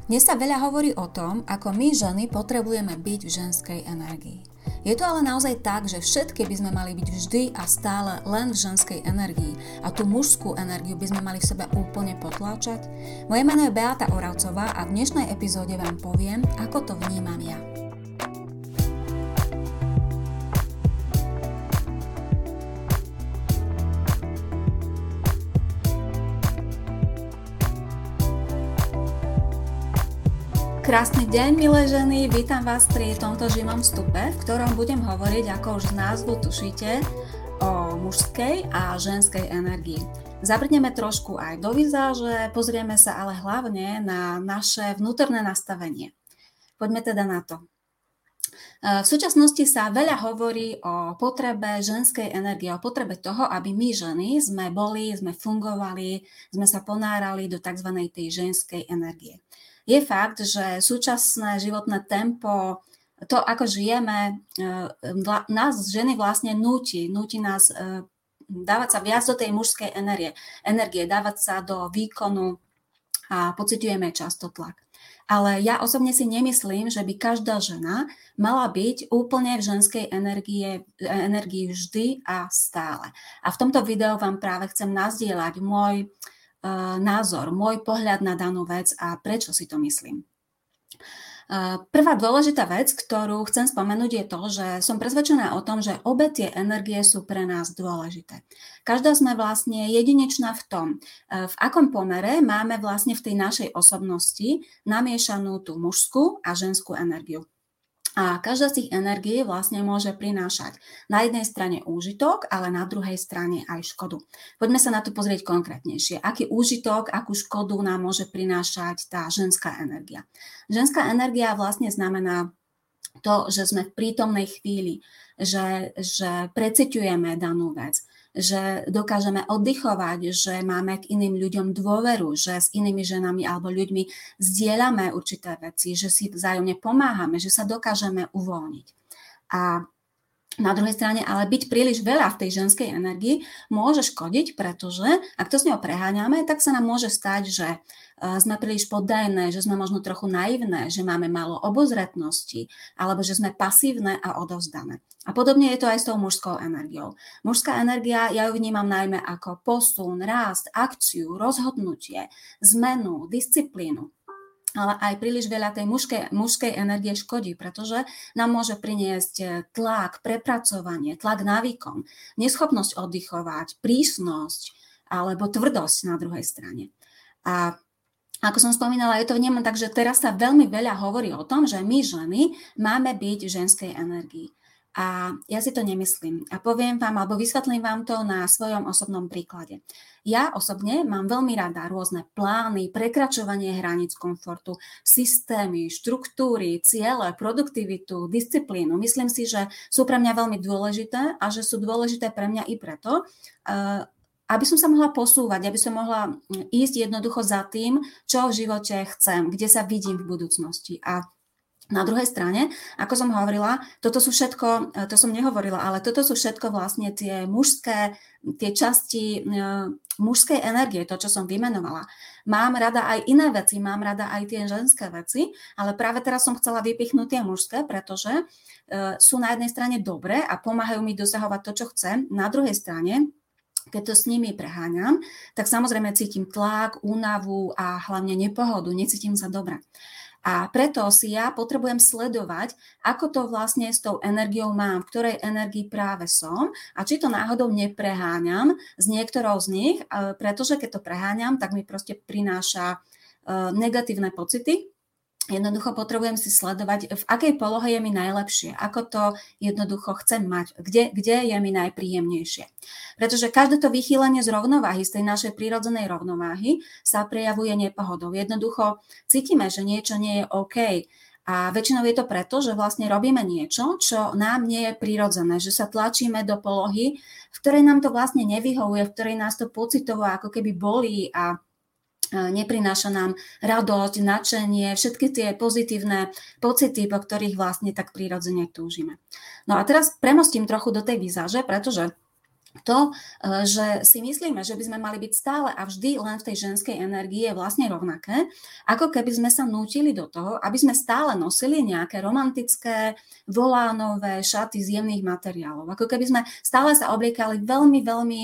Dnes sa veľa hovorí o tom, ako my ženy potrebujeme byť v ženskej energii. Je to ale naozaj tak, že všetky by sme mali byť vždy a stále len v ženskej energii a tú mužskú energiu by sme mali v sebe úplne potláčať? Moje meno je Beata Oravcová a v dnešnej epizóde vám poviem, ako to vnímam ja. Krásny deň, milé ženy, vítam vás pri tomto živom vstupe, v ktorom budem hovoriť, ako už z názvu tušíte, o mužskej a ženskej energii. Zabrneme trošku aj do vizáže, pozrieme sa ale hlavne na naše vnútorné nastavenie. Poďme teda na to. V súčasnosti sa veľa hovorí o potrebe ženskej energie, o potrebe toho, aby my ženy sme fungovali, sme sa ponárali do tzv. Tej ženskej energie. Je fakt, že súčasné životné tempo, to ako žijeme, nás ženy vlastne núti nás dávať sa viac do tej mužskej energie, dávať sa do výkonu a pociťujeme často tlak. Ale ja osobne si nemyslím, že by každá žena mala byť úplne v ženskej energii vždy a stále. A v tomto videu vám práve chcem nazdieľať môj názor, môj pohľad na danú vec a prečo si to myslím. Prvá dôležitá vec, ktorú chcem spomenúť, je to, že som presvedčená o tom, že obe tie energie sú pre nás dôležité. Každá sme vlastne jedinečná v tom, v akom pomere máme vlastne v tej našej osobnosti namiešanú tú mužskú a ženskú energiu. A každá z tých energií vlastne môže prinášať na jednej strane úžitok, ale na druhej strane aj škodu. Poďme sa na to pozrieť konkrétnejšie. Aký úžitok, akú škodu nám môže prinášať tá ženská energia? Ženská energia vlastne znamená to, že sme v prítomnej chvíli, že preciťujeme danú vec, že dokážeme oddychovať, že máme k iným ľuďom dôveru, že s inými ženami alebo ľuďmi zdieľame určité veci, že si vzájomne pomáhame, že sa dokážeme uvoľniť. A na druhej strane, ale byť príliš veľa v tej ženskej energii môže škodiť, pretože ak to s ňou preháňame, tak sa nám môže stať, že sme príliš poddajné, že sme možno trochu naivné, že máme málo obozretnosti, alebo že sme pasívne a odovzdané. A podobne je to aj s tou mužskou energiou. Mužská energia, ja ju vnímam najmä ako posun, rast, akciu, rozhodnutie, zmenu, disciplínu. Ale aj príliš veľa tej mužskej energie škodí, pretože nám môže priniesť tlak, prepracovanie, tlak návykom, neschopnosť oddychovať, prísnosť alebo tvrdosť na druhej strane. A ako som spomínala, je to vnímam tak, že teraz sa veľmi veľa hovorí o tom, že my ženy máme byť v ženskej energii. A ja si to nemyslím. A poviem vám, alebo vysvetlím vám to na svojom osobnom príklade. Ja osobne mám veľmi rada rôzne plány, prekračovanie hraníc komfortu, systémy, štruktúry, ciele, produktivitu, disciplínu. Myslím si, že sú pre mňa veľmi dôležité a že sú dôležité pre mňa i preto, aby som sa mohla posúvať, aby som mohla ísť jednoducho za tým, čo v živote chcem, kde sa vidím v budúcnosti. A na druhej strane, ako som hovorila, toto sú všetko, to som nehovorila, ale toto sú všetko vlastne tie časti mužskej energie, to, čo som vymenovala. Mám rada aj iné veci, mám rada aj tie ženské veci, ale práve teraz som chcela vypichnúť tie mužské, pretože sú na jednej strane dobré a pomáhajú mi dosahovať to, čo chcem. Na druhej strane, keď to s nimi preháňam, tak samozrejme cítim tlak, únavu a hlavne nepohodu, necítim sa dobre. A preto si ja potrebujem sledovať, ako to vlastne s tou energiou mám, v ktorej energii práve som a či to náhodou nepreháňam s niektorou z nich, pretože keď to preháňam, tak mi proste prináša negatívne pocity. Jednoducho potrebujem si sledovať, v akej polohe je mi najlepšie, ako to jednoducho chcem mať, kde je mi najpríjemnejšie. Pretože každé to vychýlenie z rovnováhy, z tej našej prírodzenej rovnováhy sa prejavuje nepohodou. Jednoducho cítime, že niečo nie je OK. A väčšinou je to preto, že vlastne robíme niečo, čo nám nie je prirodzené, že sa tlačíme do polohy, v ktorej nám to vlastne nevyhovuje, v ktorej nás to pocitovo ako keby bolí a neprináša nám radosť, nadšenie, všetky tie pozitívne pocity, po ktorých vlastne tak prirodzene túžime. No a teraz premostím trochu do tej vizáže, pretože to, že si myslíme, že by sme mali byť stále a vždy len v tej ženskej energii je vlastne rovnaké, ako keby sme sa nútili do toho, aby sme stále nosili nejaké romantické, volánové šaty z jemných materiálov. Ako keby sme stále sa obliekali veľmi, veľmi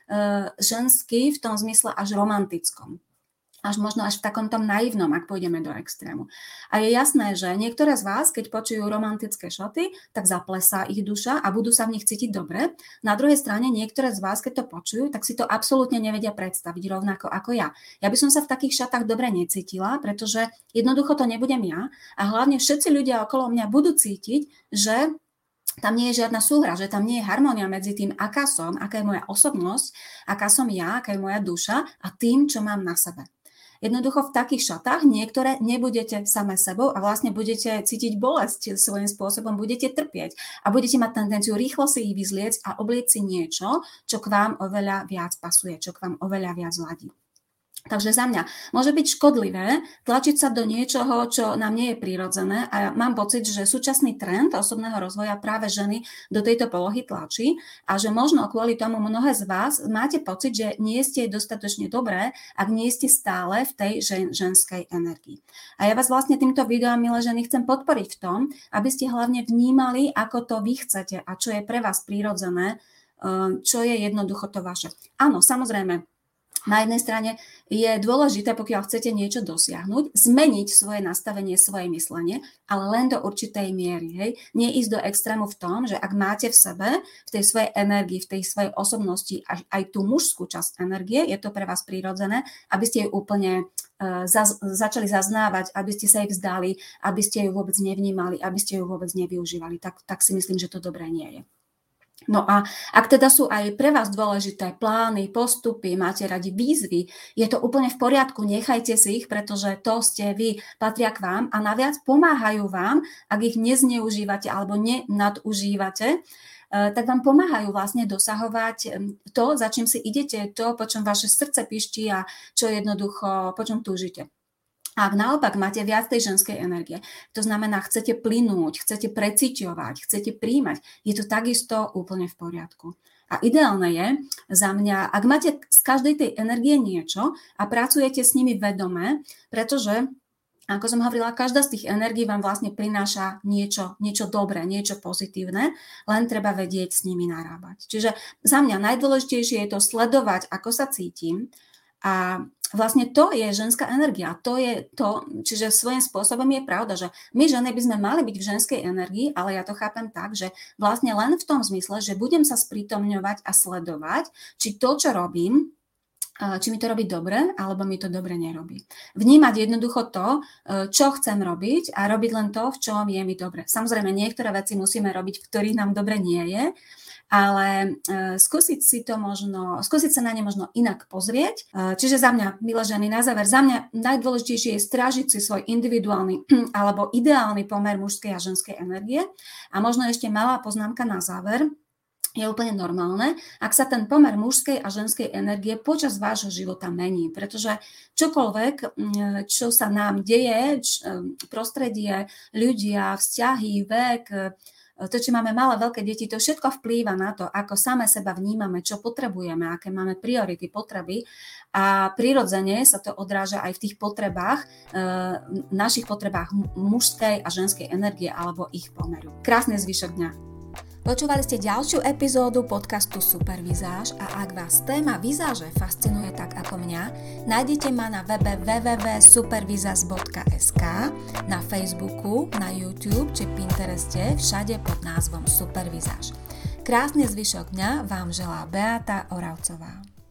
žensky v tom zmysle až romantickom. Možno až v takom tom naivnom, ak pôjdeme do extrému. A je jasné, že niektoré z vás, keď počujú romantické šaty, tak zaplesá ich duša a budú sa v nich cítiť dobre. Na druhej strane niektoré z vás, keď to počujú, tak si to absolútne nevedia predstaviť rovnako ako ja. Ja by som sa v takých šatách dobre necítila, pretože jednoducho to nebudem ja a hlavne všetci ľudia okolo mňa budú cítiť, že tam nie je žiadna súhra, že tam nie je harmónia medzi tým, aká som, aká je moja osobnosť, aká som ja, aká je moja duša a tým, čo mám na sebe. Jednoducho v takých šatách niektoré nebudete same sebou a vlastne budete cítiť bolesť svojím spôsobom, budete trpieť a budete mať tendenciu rýchlo si ich vyzliecť a oblieť si niečo, čo k vám oveľa viac pasuje, čo k vám oveľa viac ladí. Takže za mňa môže byť škodlivé tlačiť sa do niečoho, čo nám nie je prirodzené a ja mám pocit, že súčasný trend osobného rozvoja práve ženy do tejto polohy tlačí a že možno kvôli tomu mnohé z vás máte pocit, že nie ste dostatočne dobré, ak nie ste stále v tej ženskej energii. A ja vás vlastne týmto videom, milé ženy, chcem podporiť v tom, aby ste hlavne vnímali, ako to vy chcete a čo je pre vás prirodzené, čo je jednoducho to vaše. Áno, samozrejme, na jednej strane je dôležité, pokiaľ chcete niečo dosiahnuť, zmeniť svoje nastavenie, svoje myslenie, ale len do určitej miery. Hej? Nie ísť do extrému v tom, že ak máte v sebe, v tej svojej energii, v tej svojej osobnosti aj tú mužskú časť energie, je to pre vás prirodzené, aby ste ju úplne začali zaznávať, aby ste sa jej vzdali, aby ste ju vôbec nevnímali, aby ste ju vôbec nevyužívali. Tak si myslím, že to dobré nie je. No a ak teda sú aj pre vás dôležité plány, postupy, máte radi výzvy, je to úplne v poriadku, nechajte si ich, pretože to ste vy, patria k vám a naviac pomáhajú vám, ak ich nezneužívate alebo nenadužívate, tak vám pomáhajú vlastne dosahovať to, za čím si idete, to, po čom vaše srdce piští a čo jednoducho, po čom túžite. A ak naopak máte viac tej ženskej energie, to znamená, chcete plynúť, chcete preciťovať, chcete príjmať, je to takisto úplne v poriadku. A ideálne je za mňa, ak máte z každej tej energie niečo a pracujete s nimi vedome, pretože, ako som hovorila, každá z tých energií vám vlastne prináša niečo dobré, niečo pozitívne, len treba vedieť s nimi narábať. Čiže za mňa najdôležitejšie je to sledovať, ako sa cítim a vlastne to je ženská energia, to je to, čiže svojím spôsobom je pravda, že my ženy by sme mali byť v ženskej energii, ale ja to chápem tak, že vlastne len v tom zmysle, že budem sa sprítomňovať a sledovať, či to, čo robím, či mi to robí dobre, alebo mi to dobre nerobí. Vnímať jednoducho to, čo chcem robiť a robiť len to, v čom je mi dobre. Samozrejme, niektoré veci musíme robiť, v ktorých nám dobre nie je, ale skúsiť sa na ne možno inak pozrieť. Čiže za mňa, milé ženy, na záver, za mňa najdôležitejšie je strážiť si svoj individuálny alebo ideálny pomer mužskej a ženskej energie. A možno ešte malá poznámka na záver. Je úplne normálne, ak sa ten pomer mužskej a ženskej energie počas vášho života mení, pretože čokoľvek, čo sa nám deje, prostredie, ľudia, vzťahy, vek, to, či máme malé, veľké deti, to všetko vplýva na to, ako same seba vnímame, čo potrebujeme, aké máme priority, potreby a prirodzene sa to odráža aj v tých potrebách, našich potrebách mužskej a ženskej energie alebo ich pomeru. Krásny zvyšok dňa. Počúvali ste ďalšiu epizódu podcastu Supervizáž a ak vás téma vizáže fascinuje tak ako mňa, nájdete ma na webe www.supervizaz.sk, na Facebooku, na YouTube či Pintereste, všade pod názvom Supervizáž. Krásny zvyšok dňa vám želá Beata Oravcová.